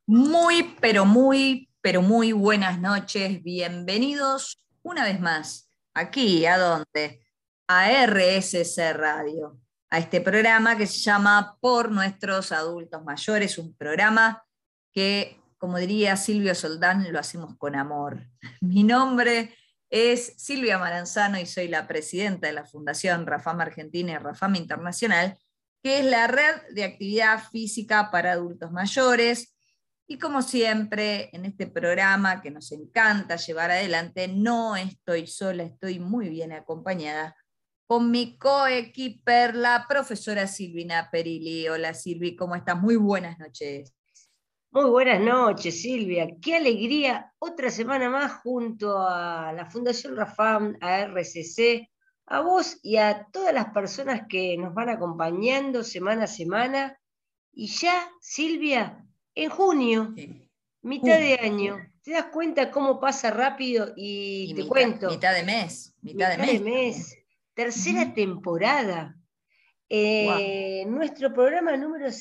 Pero muy buenas noches. Bienvenidos una vez más aquí, ¿a dónde? A RSC Radio, a este programa que se llama Por Nuestros Adultos Mayores, un programa que, como diría Silvio Soldán, lo hacemos con amor. Mi nombre es Silvia Maranzano y soy la presidenta de la Fundación Rafam Argentina y Rafam Internacional, que es la red de actividad física para adultos mayores. Y como siempre, en este programa que nos encanta llevar adelante, no estoy sola, estoy muy bien acompañada con mi coequiper, la profesora Silvina Perilli. Hola Silvi, ¿cómo estás? Muy buenas noches. Muy buenas noches, Silvia. Qué alegría. Otra semana más junto a la Fundación Rafam, a RCC, a vos y a todas las personas que nos van acompañando semana a semana. Y ya, Silvia, en junio, Sí. mitad de año, ¿te das cuenta cómo pasa rápido? Y Y te mitad, cuento, mitad de mitad de mes también. mes, tercera Ujú. temporada. Wow. Nuestro programa número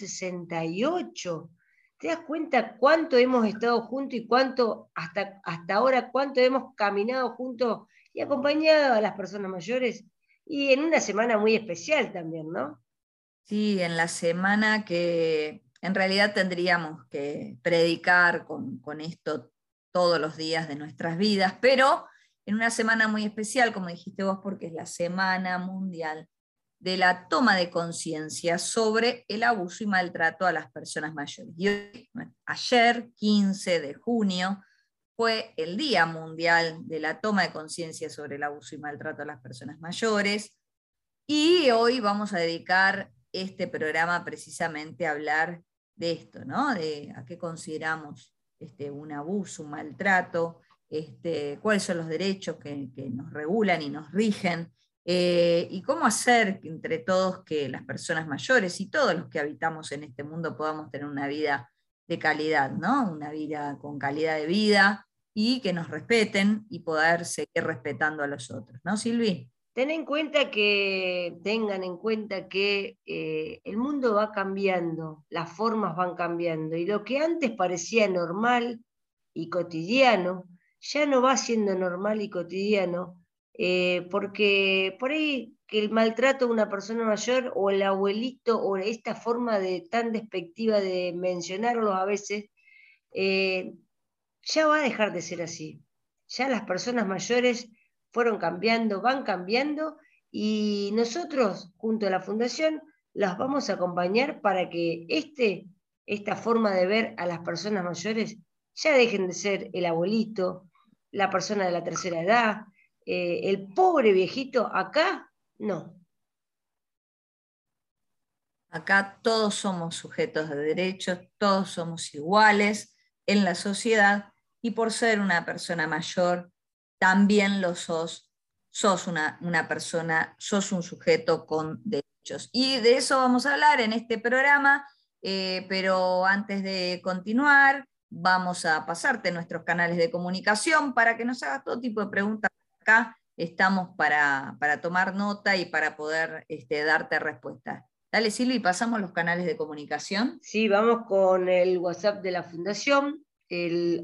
68. ¿Te das cuenta cuánto hemos estado juntos y cuánto, hasta ahora, cuánto hemos caminado juntos y acompañado a las personas mayores? Y en una semana muy especial también, ¿no? Sí, en la semana que en realidad tendríamos que predicar con esto todos los días de nuestras vidas, pero en una semana muy especial, como dijiste vos, porque es la Semana Mundial de la Toma de Conciencia sobre el abuso y maltrato a las personas mayores. Y hoy, ayer, 15 de junio, fue el Día Mundial de la Toma de Conciencia sobre el abuso y maltrato a las personas mayores. Y hoy vamos a dedicar este programa precisamente a hablar de esto, ¿no? De a qué consideramos un abuso, un maltrato, cuáles son los derechos que nos regulan y nos rigen, y cómo hacer entre todos que las personas mayores y todos los que habitamos en este mundo podamos tener una vida de calidad, ¿no? Una vida con calidad de vida y que nos respeten y poder seguir respetando a los otros, ¿no, Silvi? Tengan en cuenta que el mundo va cambiando, las formas van cambiando, y lo que antes parecía normal y cotidiano, ya no va siendo normal y cotidiano, porque por ahí que el maltrato a una persona mayor o el abuelito o esta forma de tan despectiva de mencionarlos a veces, eh, ya va a dejar de ser así. Ya las personas mayores fueron cambiando, van cambiando, y nosotros, junto a la Fundación, las vamos a acompañar para que esta forma de ver a las personas mayores ya dejen de ser el abuelito, la persona de la tercera edad, el pobre viejito. Acá, no. Acá todos somos sujetos de derechos, todos somos iguales en la sociedad y por ser una persona mayor, también lo sos, sos una persona, sos un sujeto con derechos. Y de eso vamos a hablar en este programa, pero antes de continuar, vamos a pasarte nuestros canales de comunicación para que nos hagas todo tipo de preguntas. Acá estamos para tomar nota y para poder darte respuestas. Dale, Silvi, pasamos los canales de comunicación. Sí, vamos con el WhatsApp de la Fundación, el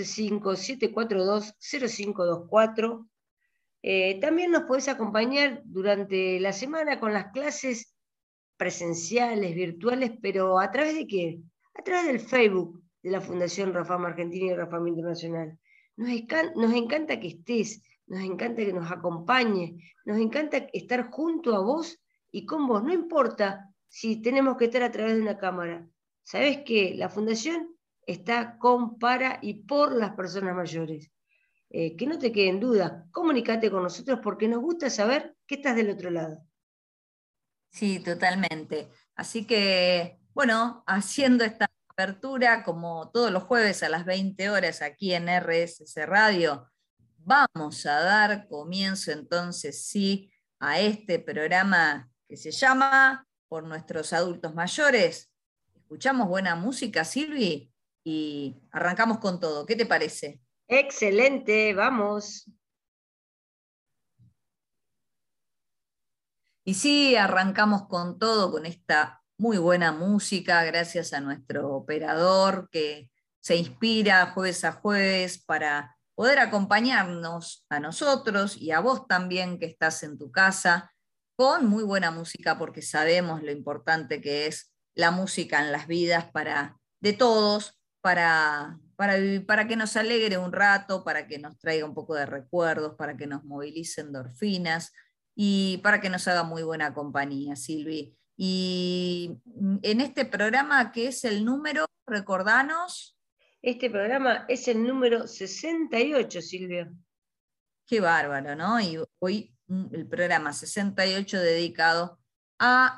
1157420524. También nos podés acompañar durante la semana con las clases presenciales, virtuales, pero ¿a través de qué? A través del Facebook de la Fundación Rafam Argentina y Rafam Internacional. Nos encanta que estés, nos encanta que nos acompañes, nos encanta estar junto a vos y con vos. No importa si tenemos que estar a través de una cámara. Sabés que la Fundación está con, para y por las personas mayores. Que no te queden dudas, comunícate con nosotros porque nos gusta saber que estás del otro lado. Sí, totalmente. Así que, bueno, haciendo esta apertura, como todos los jueves a las 20 horas aquí en RSC Radio, vamos a dar comienzo entonces, sí, a este programa que se llama Por Nuestros Adultos Mayores. Escuchamos buena música, Silvi, y arrancamos con todo. ¿Qué te parece? Excelente, vamos. Y sí, arrancamos con todo, con esta muy buena música, gracias a nuestro operador que se inspira jueves a jueves para poder acompañarnos a nosotros y a vos también que estás en tu casa con muy buena música, porque sabemos lo importante que es la música en las vidas de todos, para que nos alegre un rato, para que nos traiga un poco de recuerdos, para que nos movilice endorfinas y para que nos haga muy buena compañía, Silvi. Y en este programa, ¿qué es el número? Recordanos. Este programa es el número 68, Silvia. Qué bárbaro, ¿no? Y hoy el programa 68 dedicado a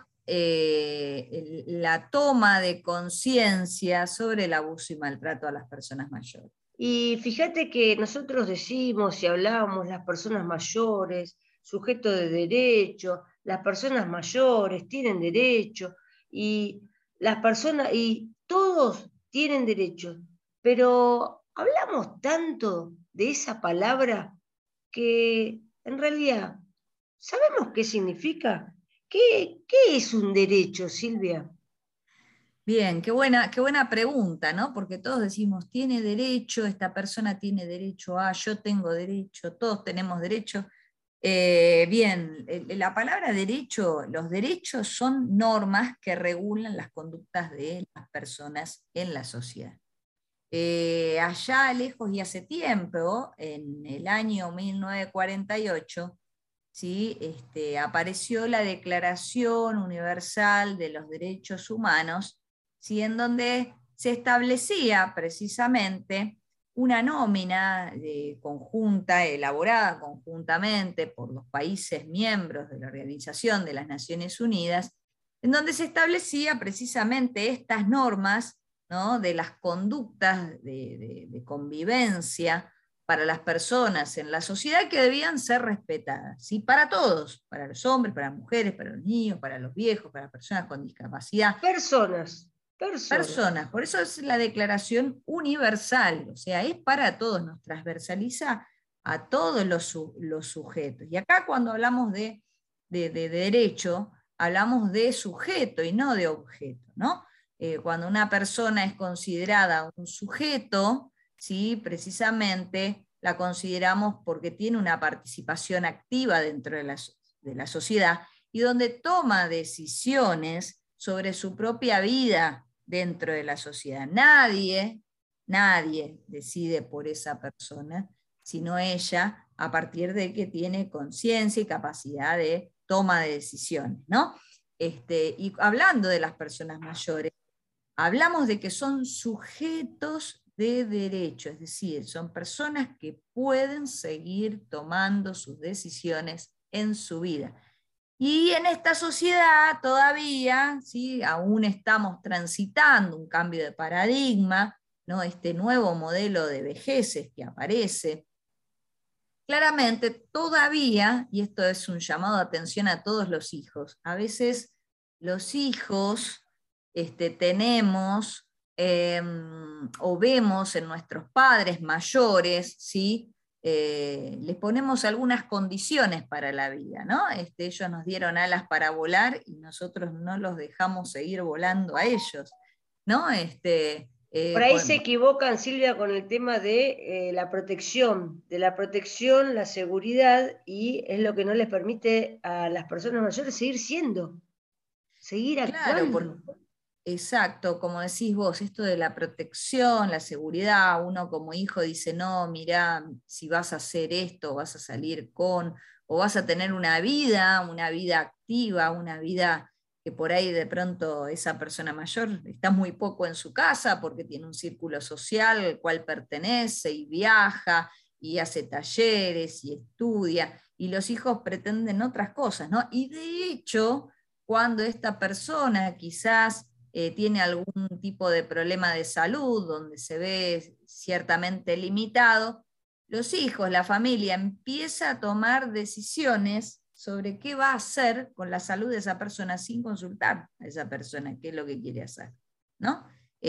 la toma de conciencia sobre el abuso y maltrato a las personas mayores. Y fíjate que nosotros decimos y hablamos las personas mayores, sujeto de derecho, las personas mayores tienen derecho y las personas y todos tienen derecho, pero hablamos tanto de esa palabra que en realidad sabemos qué significa. ¿Qué es un derecho, Silvia? Bien, qué buena pregunta, ¿no? Porque todos decimos, tiene derecho, esta persona tiene derecho a, yo tengo derecho, todos tenemos derecho. Bien, la palabra derecho, los derechos son normas que regulan las conductas de las personas en la sociedad. Allá lejos y hace tiempo, en el año 1948, ¿sí? Apareció la Declaración Universal de los Derechos Humanos, ¿sí? En donde se establecía precisamente una nómina conjunta, elaborada conjuntamente por los países miembros de la Organización de las Naciones Unidas, en donde se establecía precisamente estas normas, ¿no? De las conductas de convivencia para las personas en la sociedad que debían ser respetadas, ¿sí? Para todos, para los hombres, para las mujeres, para los niños, para los viejos, para las personas con discapacidad. Personas. Por eso es la Declaración Universal, o sea, es para todos, nos transversaliza a todos los sujetos. Y acá cuando hablamos de derecho, hablamos de sujeto y no de objeto, ¿no? Cuando una persona es considerada un sujeto, ¿sí? Precisamente la consideramos porque tiene una participación activa dentro de la sociedad y donde toma decisiones sobre su propia vida dentro de la sociedad. Nadie decide por esa persona, sino ella a partir de que tiene conciencia y capacidad de toma de decisiones, ¿no? Y hablando de las personas mayores, hablamos de que son sujetos de derecho, es decir, son personas que pueden seguir tomando sus decisiones en su vida. Y en esta sociedad todavía, ¿sí? Aún estamos transitando un cambio de paradigma, ¿no? Este nuevo modelo de vejeces que aparece. Claramente, todavía, y esto es un llamado de atención a todos los hijos, a veces los hijos tenemos o vemos en nuestros padres mayores, ¿sí? Les ponemos algunas condiciones para la vida, ¿no? Ellos nos dieron alas para volar y nosotros no los dejamos seguir volando a ellos, ¿no? Por ahí se equivocan, Silvia, con el tema de la protección, la seguridad, y es lo que no les permite a las personas mayores seguir siendo, seguir claro, actuando. exacto, como decís vos, esto de la protección, la seguridad, uno como hijo dice, no, mirá, si vas a hacer esto, vas a salir con, o vas a tener una vida activa, una vida que por ahí de pronto esa persona mayor está muy poco en su casa porque tiene un círculo social al cual pertenece y viaja y hace talleres y estudia, y los hijos pretenden otras cosas, ¿no? Y de hecho, cuando esta persona quizás tiene algún tipo de problema de salud, donde se ve ciertamente limitado, los hijos, la familia empieza a tomar decisiones sobre qué va a hacer con la salud de esa persona sin consultar a esa persona, qué es lo que quiere hacer, ¿no?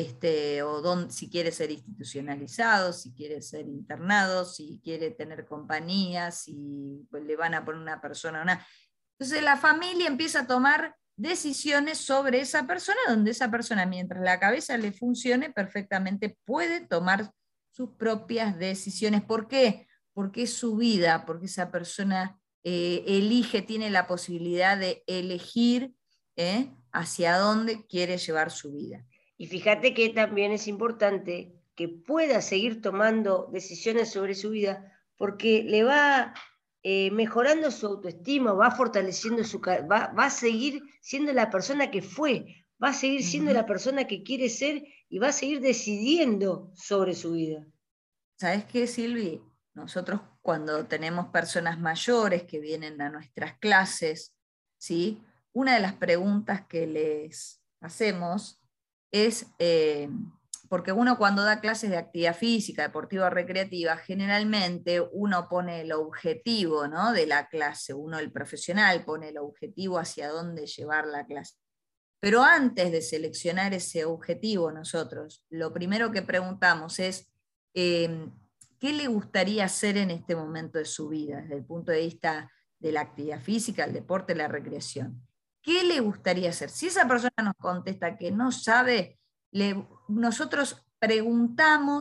Si quiere ser institucionalizado, si quiere ser internado, si quiere tener compañía, si pues, le van a poner una persona o una. Entonces la familia empieza a tomar decisiones sobre esa persona, donde esa persona, mientras la cabeza le funcione perfectamente, puede tomar sus propias decisiones. ¿Por qué? Porque es su vida, porque esa persona elige, tiene la posibilidad de elegir hacia dónde quiere llevar su vida. Y fíjate que también es importante que pueda seguir tomando decisiones sobre su vida, porque le va mejorando su autoestima, va fortaleciendo va a seguir siendo la persona que fue, va a seguir siendo la persona que quiere ser y va a seguir decidiendo sobre su vida. ¿Sabes qué, Silvi? Nosotros cuando tenemos personas mayores que vienen a nuestras clases, ¿sí? Una de las preguntas que les hacemos es, porque uno cuando da clases de actividad física, deportiva o recreativa, generalmente uno pone el objetivo, ¿no?, de la clase, uno, el profesional, pone el objetivo hacia dónde llevar la clase. Pero antes de seleccionar ese objetivo nosotros, lo primero que preguntamos es, ¿qué le gustaría hacer en este momento de su vida, desde el punto de vista de la actividad física, el deporte, la recreación? ¿Qué le gustaría hacer? Si esa persona nos contesta que no sabe, nosotros preguntamos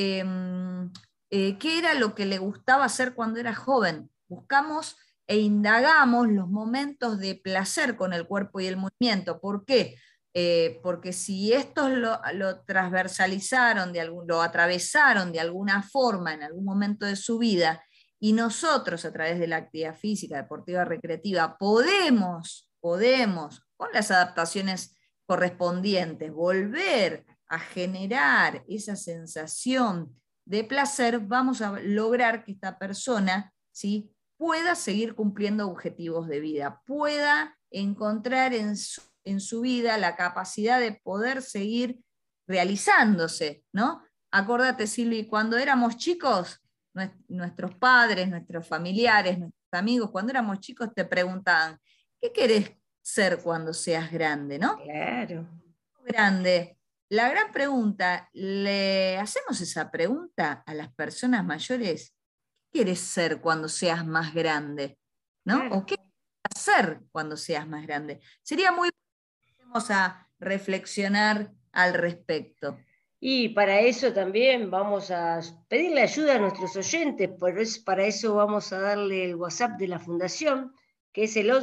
qué era lo que le gustaba hacer cuando era joven. Buscamos e indagamos los momentos de placer con el cuerpo y el movimiento. ¿Por qué? Porque si estos lo transversalizaron, lo atravesaron de alguna forma en algún momento de su vida, y nosotros a través de la actividad física, deportiva, recreativa, podemos, con las adaptaciones correspondientes, volver a generar esa sensación de placer, vamos a lograr que esta persona, ¿sí?, pueda seguir cumpliendo objetivos de vida, pueda encontrar en su vida la capacidad de poder seguir realizándose, ¿no? Acordate, Silvi, cuando éramos chicos, nuestros padres, nuestros familiares, nuestros amigos, cuando éramos chicos te preguntaban, ¿qué querés ser cuando seas grande, no? Claro. Grande. La gran pregunta, ¿le hacemos esa pregunta a las personas mayores? ¿Qué quieres ser cuando seas más grande? ¿No? Claro. ¿O qué quieres hacer cuando seas más grande? Sería muy bueno a reflexionar al respecto. Y para eso también vamos a pedirle ayuda a nuestros oyentes, para eso vamos a darle el WhatsApp de la Fundación, que es el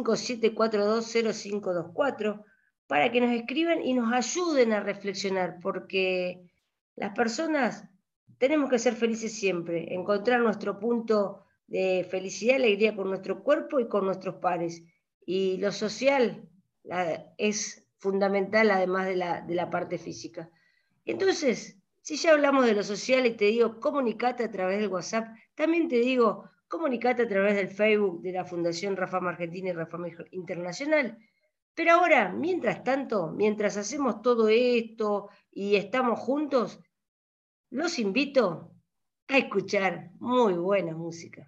1157420524, para que nos escriban y nos ayuden a reflexionar, porque las personas tenemos que ser felices siempre, encontrar nuestro punto de felicidad y alegría con nuestro cuerpo y con nuestros pares. Y lo social es fundamental, además de la parte física. Entonces, si ya hablamos de lo social y te digo, comunicate a través del WhatsApp, también te digo, comunicate a través del Facebook de la Fundación Rafam Argentina y Rafam Internacional. Pero ahora, mientras tanto, mientras hacemos todo esto y estamos juntos, los invito a escuchar muy buena música.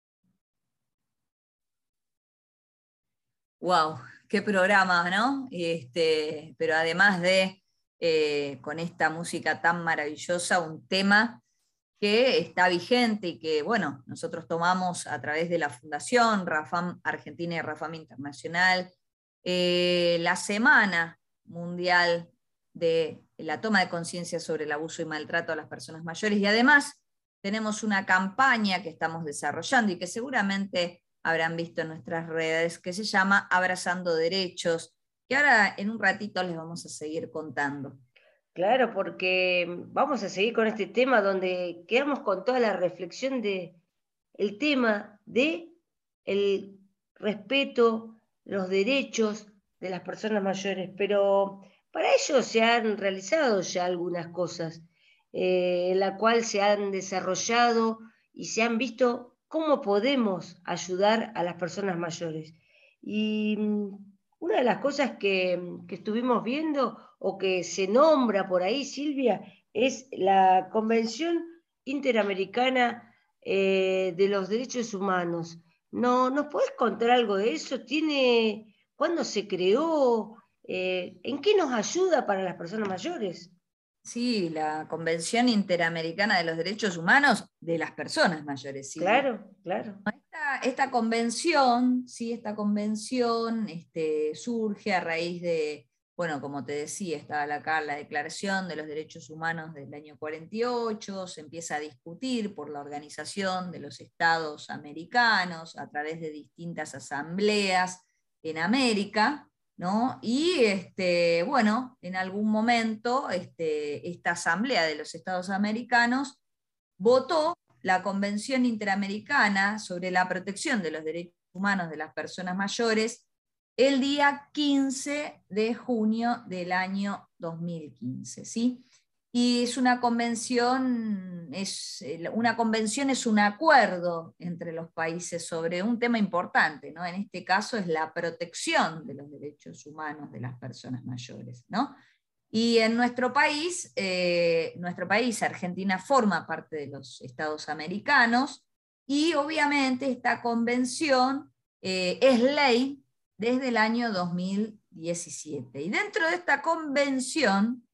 Wow, qué programa, ¿no? Pero además de con esta música tan maravillosa, un tema que está vigente y que, bueno, nosotros tomamos a través de la Fundación Rafam Argentina y Rafam Internacional, la Semana Mundial de la Toma de Conciencia sobre el Abuso y Maltrato a las Personas Mayores, y además tenemos una campaña que estamos desarrollando y que seguramente habrán visto en nuestras redes, que se llama Abrazando Derechos, que ahora en un ratito les vamos a seguir contando. Claro, porque vamos a seguir con este tema donde quedamos con toda la reflexión de el tema de el respeto, los derechos de las personas mayores, pero para ello se han realizado ya algunas cosas, en la cual se han desarrollado y se han visto cómo podemos ayudar a las personas mayores. Y una de las cosas que estuvimos viendo o que se nombra por ahí, Silvia, es la Convención Interamericana de los Derechos Humanos. ¿No, ¿nos podés contar algo de eso? ¿Cuándo se creó? ¿En qué nos ayuda para las personas mayores? Sí, la Convención Interamericana de los Derechos Humanos de las Personas Mayores, Silvia. Claro, claro. Esta convención, ¿sí? Esta convención surge a raíz de, bueno, como te decía, estaba acá la Declaración de los Derechos Humanos del año 48, se empieza a discutir por la Organización de los Estados Americanos a través de distintas asambleas en América, ¿no? Y bueno, en algún momento esta Asamblea de los Estados Americanos votó la Convención Interamericana sobre la Protección de los Derechos Humanos de las Personas Mayores el día 15 de junio del año 2015, ¿sí? Y es una convención es un acuerdo entre los países sobre un tema importante, ¿no? En este caso es la protección de los derechos humanos de las personas mayores, ¿no? Y en nuestro país, Argentina, forma parte de los Estados americanos, y obviamente esta convención es ley desde el año 2017. Y dentro de esta convención,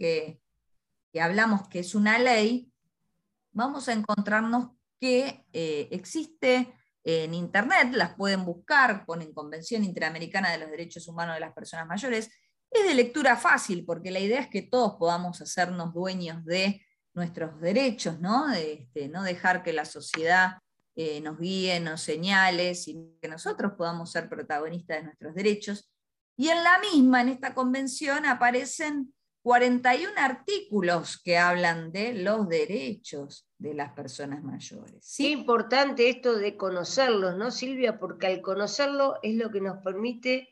que hablamos que es una ley, vamos a encontrarnos que existe en internet, las pueden buscar, ponen Convención Interamericana de los Derechos Humanos de las Personas Mayores. Es de lectura fácil, porque la idea es que todos podamos hacernos dueños de nuestros derechos, ¿no? No dejar que la sociedad nos guíe, nos señale, sino que nosotros podamos ser protagonistas de nuestros derechos. Y en la misma, en esta convención, aparecen 41 artículos que hablan de los derechos de las personas mayores, ¿sí? Qué importante esto de conocerlos, ¿no, Silvia? Porque al conocerlo es lo que nos permite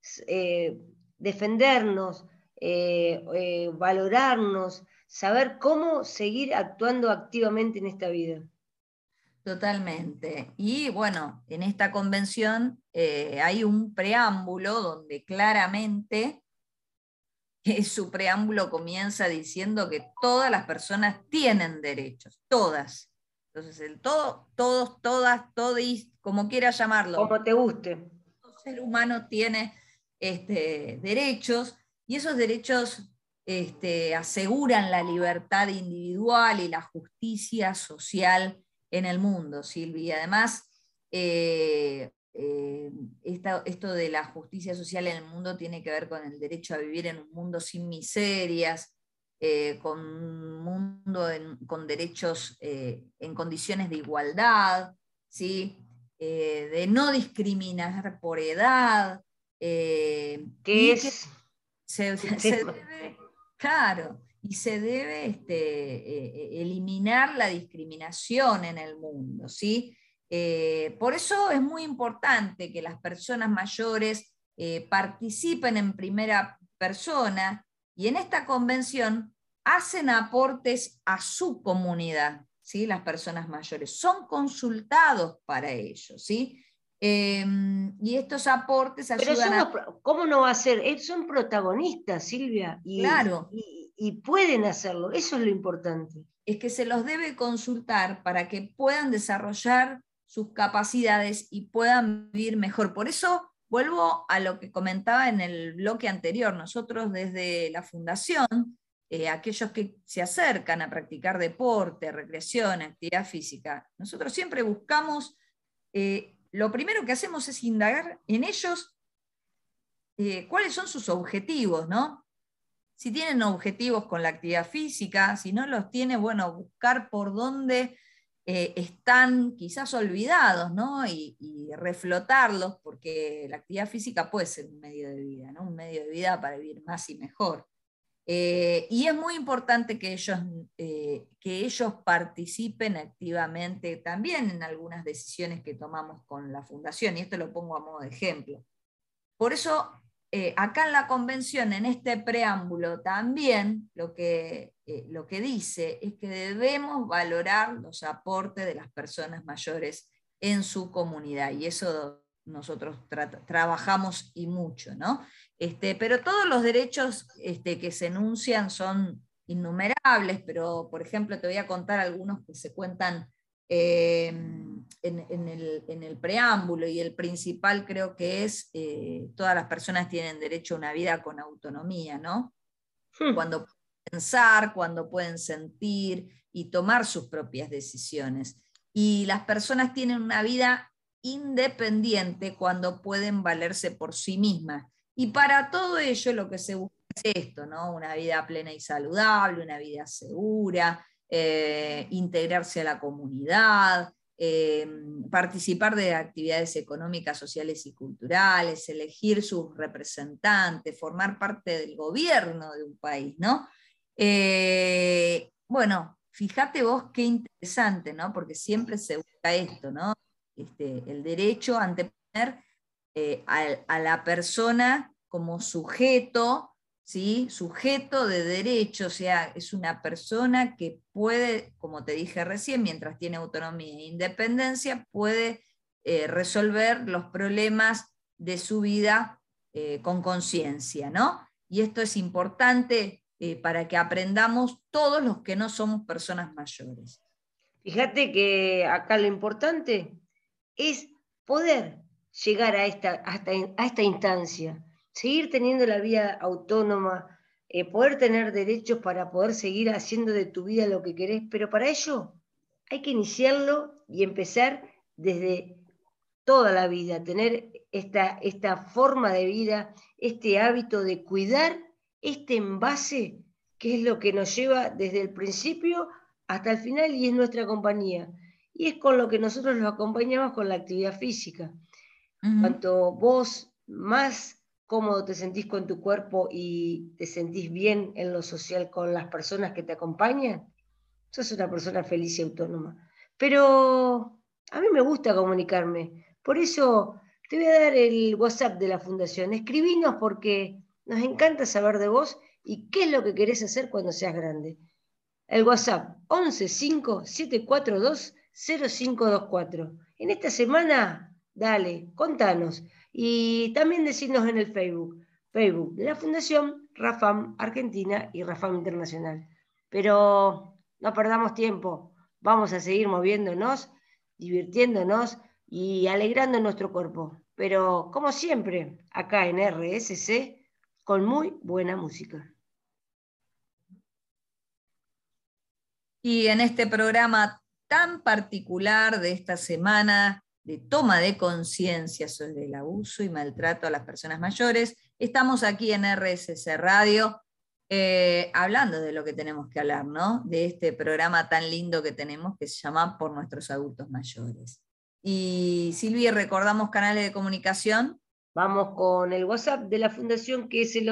defendernos, valorarnos, saber cómo seguir actuando activamente en esta vida. Totalmente. Y bueno, en esta convención hay un preámbulo donde claramente su preámbulo comienza diciendo que todas las personas tienen derechos, todas. Entonces, el todo, todos, todas, todis, como quieras llamarlo, Como te guste. todo ser humano tiene derechos, y esos derechos aseguran la libertad individual y la justicia social en el mundo, Silvia. Además, esto de la justicia social en el mundo tiene que ver con el derecho a vivir en un mundo sin miserias, con un mundo con derechos en condiciones de igualdad, ¿sí? De no discriminar por edad, Que y es que se, un se tema. debe, claro, y se debe eliminar la discriminación en el mundo, ¿sí? Por eso es muy importante que las personas mayores participen en primera persona, y en esta convención hacen aportes a su comunidad, ¿sí? Las personas mayores son consultados para ello, ¿sí? Y estos aportes Pero ayudan a... ¿cómo no va a ser? Son protagonistas, Silvia, Claro, y pueden hacerlo. Eso es lo importante. es que se los debe consultar para que puedan desarrollar sus capacidades y puedan vivir mejor. Por eso vuelvo a lo que comentaba en el bloque anterior. Nosotros desde la Fundación, aquellos que se acercan a practicar deporte, recreación, actividad física, nosotros siempre buscamos, lo primero que hacemos es indagar en ellos cuáles son sus objetivos, ¿no? Si tienen objetivos con la actividad física, si no los tiene, bueno, buscar por dónde están quizás olvidados, ¿no? Y reflotarlos, porque la actividad física puede ser un medio de vida, ¿no? Un medio de vida para vivir más y mejor. Y es muy importante que ellos participen activamente también en algunas decisiones que tomamos con la Fundación, y esto lo pongo a modo de ejemplo. Por eso, acá en la convención, en este preámbulo, también lo que dice es que debemos valorar los aportes de las personas mayores en su comunidad, y eso nosotros trabajamos y mucho, ¿no? Pero todos los derechos que se enuncian son innumerables, pero por ejemplo te voy a contar algunos que se cuentan en el preámbulo, y el principal creo que es todas las personas tienen derecho a una vida con autonomía, ¿no? Cuando pueden pensar, cuando pueden sentir y tomar sus propias decisiones. Y las personas tienen una vida independiente cuando pueden valerse por sí mismas. Y para todo ello lo que se busca es esto, ¿no? Una vida plena y saludable, una vida segura, integrarse a la comunidad, participar de actividades económicas, sociales y culturales, elegir sus representantes, formar parte del gobierno de un país, ¿no? Bueno, fíjate vos qué interesante, ¿no? Porque siempre se busca esto, ¿no? El derecho a anteponer a la persona como sujeto, ¿sí? Sujeto de derecho, o sea, es una persona que puede, como te dije recién, mientras tiene autonomía e independencia, puede resolver los problemas de su vida con conciencia, ¿no? Y esto es importante para que aprendamos todos los que no somos personas mayores. Fíjate que acá lo importante es poder llegar a esta instancia, seguir teniendo la vida autónoma, poder tener derechos para poder seguir haciendo de tu vida lo que querés, pero para ello hay que iniciarlo y empezar desde toda la vida, tener esta forma de vida, este hábito de cuidar este envase que es lo que nos lleva desde el principio hasta el final y es nuestra compañía. Y es con lo que nosotros los acompañamos con la actividad física. Cuanto vos más cómodo te sentís con tu cuerpo y te sentís bien en lo social con las personas que te acompañan, sos una persona feliz y autónoma. Pero a mí me gusta comunicarme. Por eso te voy a dar el WhatsApp de la Fundación. Escribinos porque nos encanta saber de vos y qué es lo que querés hacer cuando seas grande. El WhatsApp 1157420524. En esta semana, dale, contanos. Y también decirnos en el Facebook de la Fundación Rafam Argentina y Rafam Internacional. Pero no perdamos tiempo, vamos a seguir moviéndonos, divirtiéndonos y alegrando nuestro cuerpo. Pero como siempre, acá en RSC, con muy buena música. Y en este programa tan particular de esta semana de toma de conciencia sobre el abuso y maltrato a las personas mayores, estamos aquí en RSC Radio hablando de lo que tenemos que hablar, ¿no? De este programa tan lindo que tenemos que se llama Por Nuestros Adultos Mayores. Y Silvia, ¿recordamos canales de comunicación? Vamos con el WhatsApp de la Fundación, que es el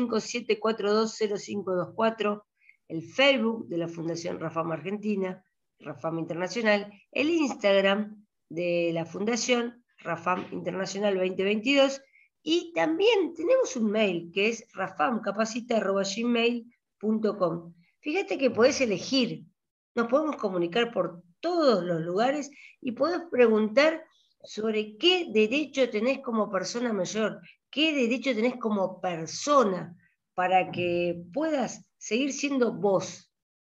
1157420524, el Facebook de la Fundación Rafam Argentina, Rafam Internacional, el Instagram de la Fundación Rafam Internacional 2022, y también tenemos un mail que es rafamcapacita@gmail.com. Fíjate que podés elegir, nos podemos comunicar por todos los lugares y podés preguntar sobre qué derecho tenés como persona mayor, qué derecho tenés como persona para que puedas seguir siendo vos,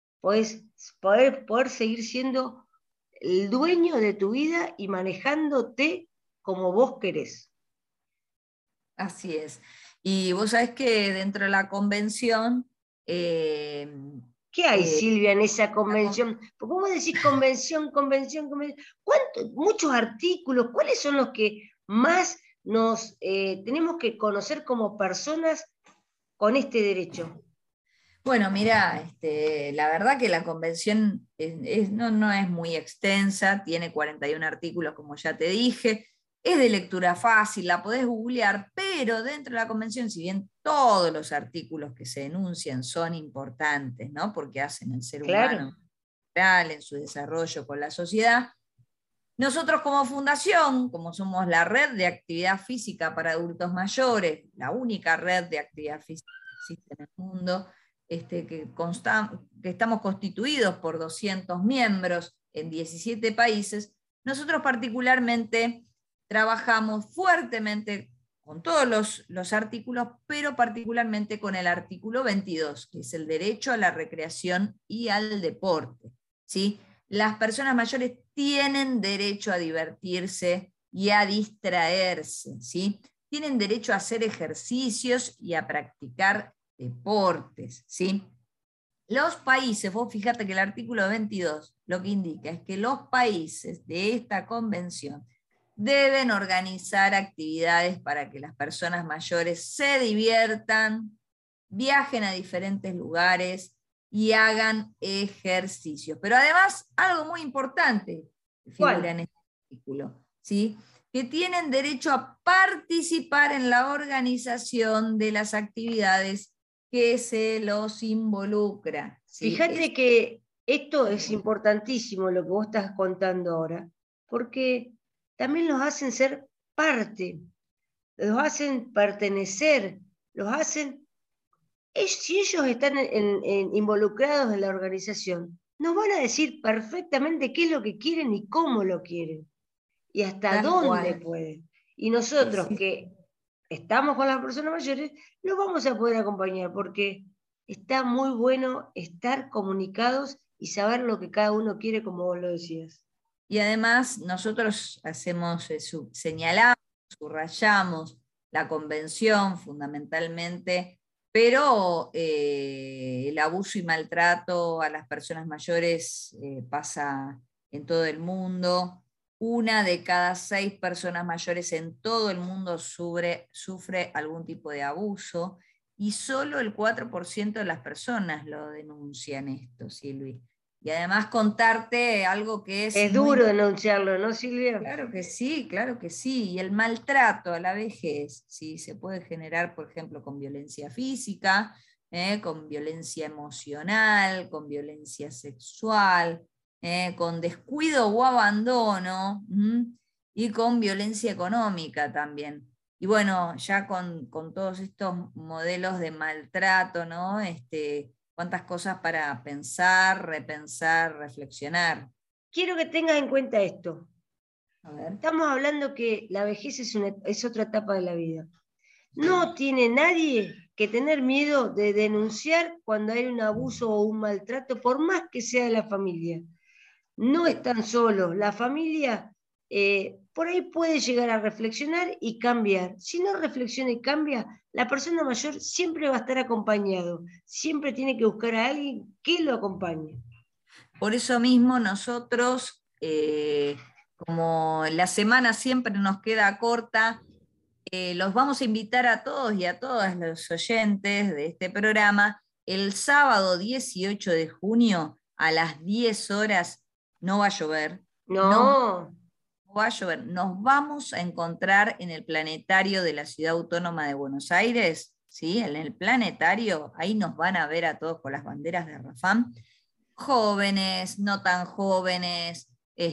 poder seguir siendo el dueño de tu vida y manejándote como vos querés. Así es. Y vos sabés que dentro de la convención... ¿Qué hay, Silvia, en esa convención? Porque vos decís convención. Muchos artículos, ¿cuáles son los que más nos tenemos que conocer como personas con este derecho? Bueno, mira, la verdad que la convención no es muy extensa, tiene 41 artículos, como ya te dije, es de lectura fácil, la podés googlear, pero dentro de la convención, si bien todos los artículos que se enuncian son importantes, ¿no? Porque hacen el ser humano real en su desarrollo con la sociedad, nosotros como fundación, como somos la red de actividad física para adultos mayores, la única red de actividad física que existe en el mundo, que estamos constituidos por 200 miembros en 17 países, nosotros particularmente trabajamos fuertemente con todos los artículos, pero particularmente con el artículo 22, que es el derecho a la recreación y al deporte, ¿sí? Las personas mayores tienen derecho a divertirse y a distraerse, ¿sí? Tienen derecho a hacer ejercicios y a practicar deportes, ¿sí? Los países, vos fíjate que el artículo 22 lo que indica es que los países de esta convención deben organizar actividades para que las personas mayores se diviertan, viajen a diferentes lugares y hagan ejercicios. Pero además, algo muy importante que figura en este artículo, ¿sí? Que tienen derecho a participar en la organización de las actividades que se los involucra. ¿Sí? Fíjate que esto es importantísimo lo que vos estás contando ahora, porque también los hacen ser parte, los hacen pertenecer, los hacen... Si ellos están involucrados en la organización, nos van a decir perfectamente qué es lo que quieren y cómo lo quieren, y hasta Tal dónde cual. pueden. Y nosotros Sí. que estamos con las personas mayores, los vamos a poder acompañar, porque está muy bueno estar comunicados y saber lo que cada uno quiere, como vos lo decías. Y además nosotros hacemos, señalamos, subrayamos la convención fundamentalmente, pero el abuso y maltrato a las personas mayores pasa en todo el mundo. 1 de cada 6 personas mayores en todo el mundo sufre algún tipo de abuso, y solo el 4% de las personas lo denuncian esto, Silvi. Y además contarte algo que es Es muy duro importante. denunciarlo, ¿no, Silvia? Claro que sí, claro que sí. Y el maltrato a la vejez, ¿sí? Se puede generar, por ejemplo, con violencia física, con violencia emocional, con violencia sexual, con descuido o abandono, y con violencia económica también. Y bueno, ya con todos estos modelos de maltrato, ¿no? Cuántas cosas para pensar, repensar, reflexionar. Quiero que tengas en cuenta esto. A ver. Estamos hablando que la vejez es otra etapa de la vida. No tiene nadie que tener miedo de denunciar cuando hay un abuso o un maltrato, por más que sea de la familia. No están solos. La familia por ahí puede llegar a reflexionar y cambiar. Si no reflexiona y cambia, la persona mayor siempre va a estar acompañado. Siempre tiene que buscar a alguien que lo acompañe. Por eso mismo nosotros, como la semana siempre nos queda corta, los vamos a invitar a todos y a todas los oyentes de este programa el sábado 18 de junio a las 10 horas. No va a llover, no No, va a llover, nos vamos a encontrar en el planetario de la Ciudad Autónoma de Buenos Aires, ¿sí? En el planetario, ahí nos van a ver a todos con las banderas de Rafam, jóvenes, no tan jóvenes,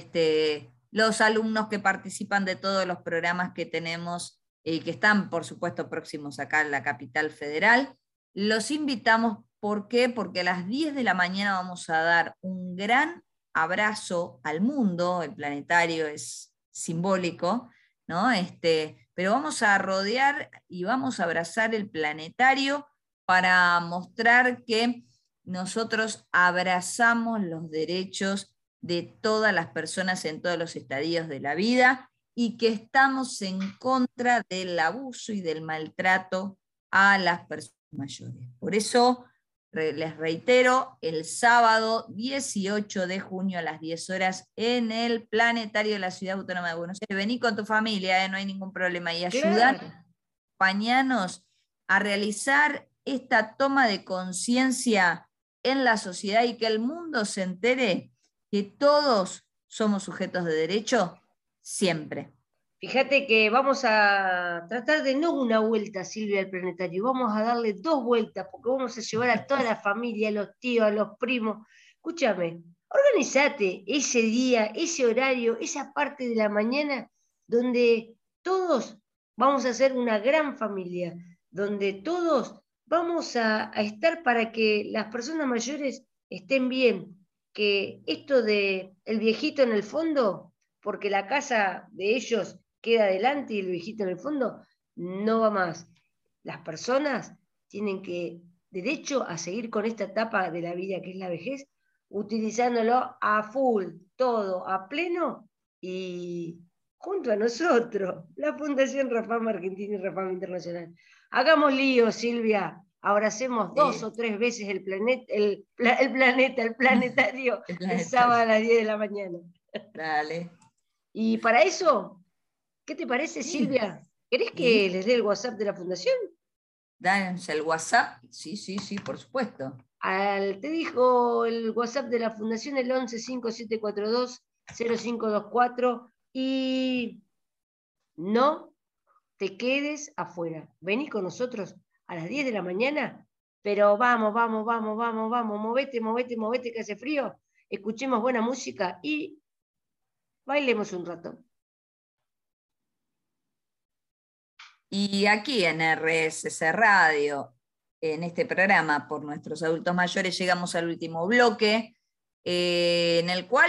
los alumnos que participan de todos los programas que tenemos y que están, por supuesto, próximos acá en la capital federal. Los invitamos, ¿por qué? Porque a las 10 de la mañana vamos a dar un gran abrazo al mundo. El planetario es simbólico, ¿no? Pero vamos a rodear y vamos a abrazar el planetario para mostrar que nosotros abrazamos los derechos de todas las personas en todos los estadios de la vida y que estamos en contra del abuso y del maltrato a las personas mayores. Por eso, les reitero, el sábado 18 de junio a las 10 horas en el planetario de la Ciudad Autónoma de Buenos Aires. Vení con tu familia, no hay ningún problema, y ayudar claro. compañeros a realizar esta toma de conciencia en la sociedad y que el mundo se entere que todos somos sujetos de derecho siempre. Fíjate que vamos a tratar de no una vuelta, Silvia, al planetario, vamos a darle 2 vueltas, porque vamos a llevar a toda la familia, a los tíos, a los primos. Escúchame, organizate ese día, ese horario, esa parte de la mañana donde todos vamos a ser una gran familia, donde todos vamos a estar para que las personas mayores estén bien, que esto de el viejito en el fondo, porque la casa de ellos queda adelante y el viejito en el fondo, no va más. Las personas tienen derecho a seguir con esta etapa de la vida que es la vejez, utilizándolo a full, todo, a pleno y junto a nosotros, la Fundación Rafam Argentina y Rafam Internacional. Hagamos lío, Silvia. Abracemos 2 o 3 veces el planetario, El el sábado planetario. a las 10 de la mañana. Dale. Y para eso ¿Qué te parece, Sí. Silvia? ¿Querés que les dé el WhatsApp de la fundación? Danos el WhatsApp. Sí, sí, sí, por supuesto. Te dijo el WhatsApp de la fundación el 1157420524 y no te quedes afuera. Vení con nosotros a las 10 de la mañana, pero vamos, vamos, vamos, vamos, vamos, movete, movete, movete que hace frío, escuchemos buena música y bailemos un rato. Y aquí en RSC Radio, en este programa por nuestros adultos mayores, llegamos al último bloque, en el cual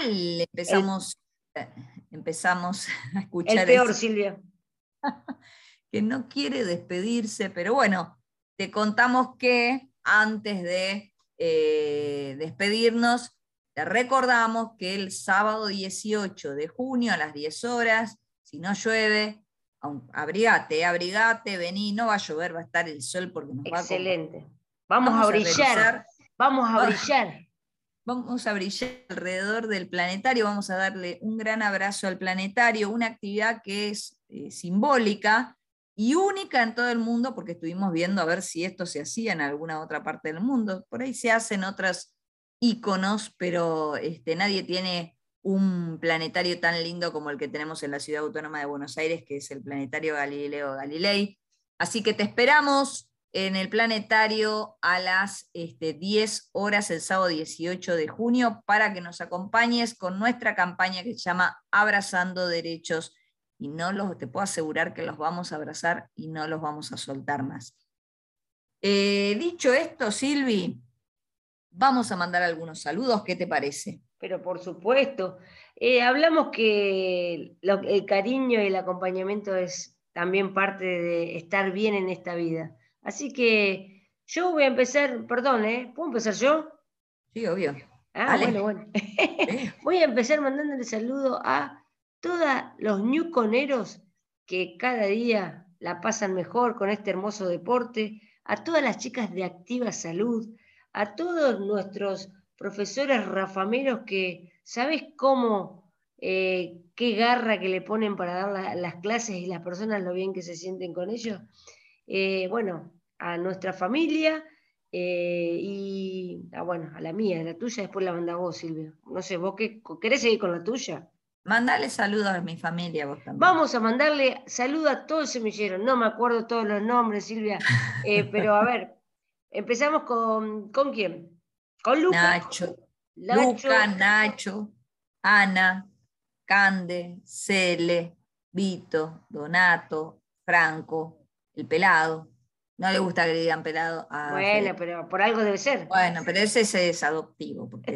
empezamos a El escuchar peor, Silvia. que no quiere despedirse, pero bueno, te contamos que antes de despedirnos, te recordamos que el sábado 18 de junio a las 10 horas, si no llueve, abrigate, abrigate, vení, no va a llover, va a estar el sol porque nos va a acompañar. Excelente. Vamos a brillar. Vamos a brillar. Vamos a brillar alrededor del planetario, vamos a darle un gran abrazo al planetario, una actividad que es simbólica y única en todo el mundo, porque estuvimos viendo a ver si esto se hacía en alguna otra parte del mundo. Por ahí se hacen otros íconos, pero nadie tiene un planetario tan lindo como el que tenemos en la Ciudad Autónoma de Buenos Aires, que es el Planetario Galileo Galilei. Así que te esperamos en el planetario a las 10 horas el sábado 18 de junio para que nos acompañes con nuestra campaña que se llama Abrazando Derechos, y te puedo asegurar que los vamos a abrazar y no los vamos a soltar más. Dicho esto, Silvi, vamos a mandar algunos saludos, ¿qué te parece? Pero por supuesto, hablamos que el cariño y el acompañamiento es también parte de estar bien en esta vida. Así que yo voy a empezar, perdón, ¿puedo empezar yo? Sí, obvio. Ah, Dale. bueno. Sí. Voy a empezar mandándole saludo a todos los ñuconeros que cada día la pasan mejor con este hermoso deporte, a todas las chicas de Activa Salud, a todos nuestros profesores rafameros que, ¿sabes cómo, qué garra que le ponen para dar las clases y las personas lo bien que se sienten con ellos? Bueno, a nuestra familia y bueno, a la mía, a la tuya, después la manda vos, Silvia. No sé, ¿vos querés seguir con la tuya? Mandale saludos a mi familia, vos también. Vamos a mandarle saludo a todo el semillero. No me acuerdo todos los nombres, Silvia, pero a ver, empezamos ¿con quién? Con Luca. Nacho, Luca, Nacho, Ana, Cande, Cele, Vito, Donato, Franco, el pelado. No le gusta que le digan pelado a Bueno, Fede. pero por algo debe ser. Bueno, pero ese es adoptivo, porque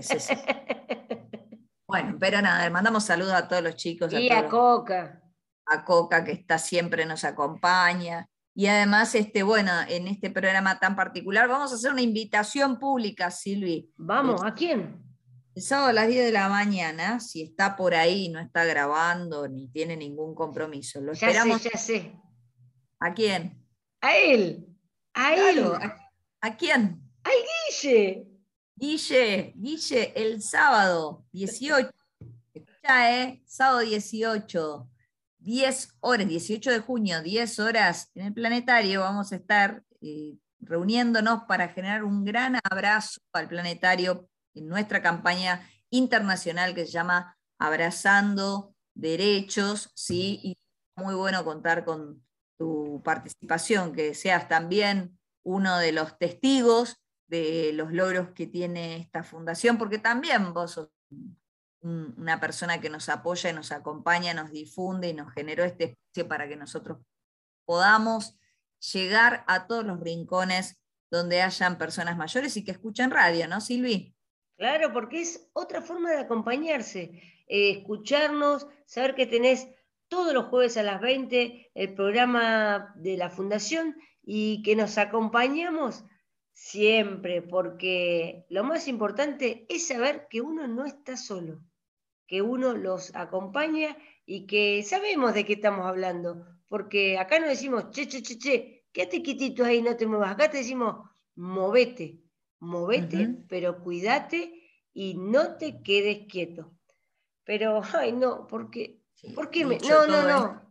Bueno, pero nada, le mandamos saludos a todos los chicos, Y a Coca. a Coca, que siempre nos acompaña. Y además, bueno, en este programa tan particular, vamos a hacer una invitación pública, Silvi. Vamos, ¿a quién? El sábado a las 10 de la mañana, si está por ahí, no está grabando ni tiene ningún compromiso. Lo esperamos. Ya sé. ¿A quién? A él. A Claro, él. ¿a quién? ¡Al Guille! Guille, el sábado 18. Escuchá, sábado 18, 10 horas, 18 de junio, 10 horas, en el planetario vamos a estar reuniéndonos para generar un gran abrazo al planetario en nuestra campaña internacional que se llama Abrazando Derechos, ¿sí? Y muy bueno contar con tu participación, que seas también uno de los testigos de los logros que tiene esta fundación, porque también vos sos una persona que nos apoya y nos acompaña, nos difunde y nos generó este espacio para que nosotros podamos llegar a todos los rincones donde hayan personas mayores y que escuchen radio, ¿no, Silvi? Claro, porque es otra forma de acompañarse, escucharnos, saber que tenés todos los jueves a las 20 el programa de la Fundación y que nos acompañamos siempre, porque lo más importante es saber que uno no está solo, que uno los acompaña y que sabemos de qué estamos hablando, porque acá no decimos, che, quédate quietito ahí, no te muevas, acá te decimos, movete, pero cuídate y no te quedes quieto. Pero, ay, no, porque, Sí, ¿por qué dicho todo no.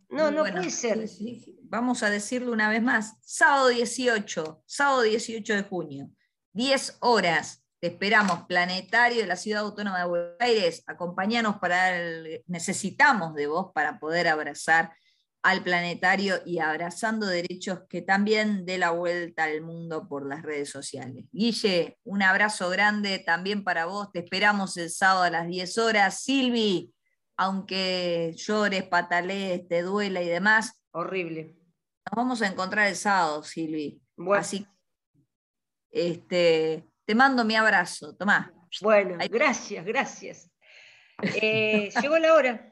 No, no bueno, puede ser. sí. Vamos a decirlo una vez más. Sábado 18 de junio, 10 horas. Te esperamos, Planetario de la Ciudad Autónoma de Buenos Aires. Acompáñanos necesitamos de vos para poder abrazar al planetario y abrazando derechos que también dé la vuelta al mundo por las redes sociales. Guille, un abrazo grande también para vos. Te esperamos el sábado a las 10 horas. Silvi, aunque llores, patalees, te duela y demás, Horrible. nos vamos a encontrar el sábado, Silvi. Bueno, Así que te mando mi abrazo. Tomá. bueno, Ahí. gracias. Llegó la hora.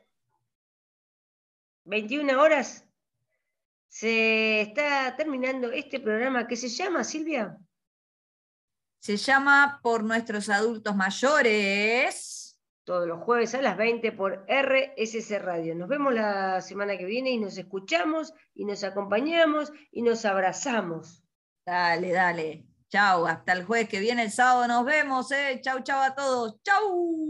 21 horas. Se está terminando este programa que se llama, Silvia. Se llama Por Nuestros Adultos Mayores. Todos los jueves a las 20 por RSC Radio. Nos vemos la semana que viene y nos escuchamos y nos acompañamos y nos abrazamos. Dale. Chau, hasta el jueves que viene, el sábado nos vemos. Chau a todos. Chau.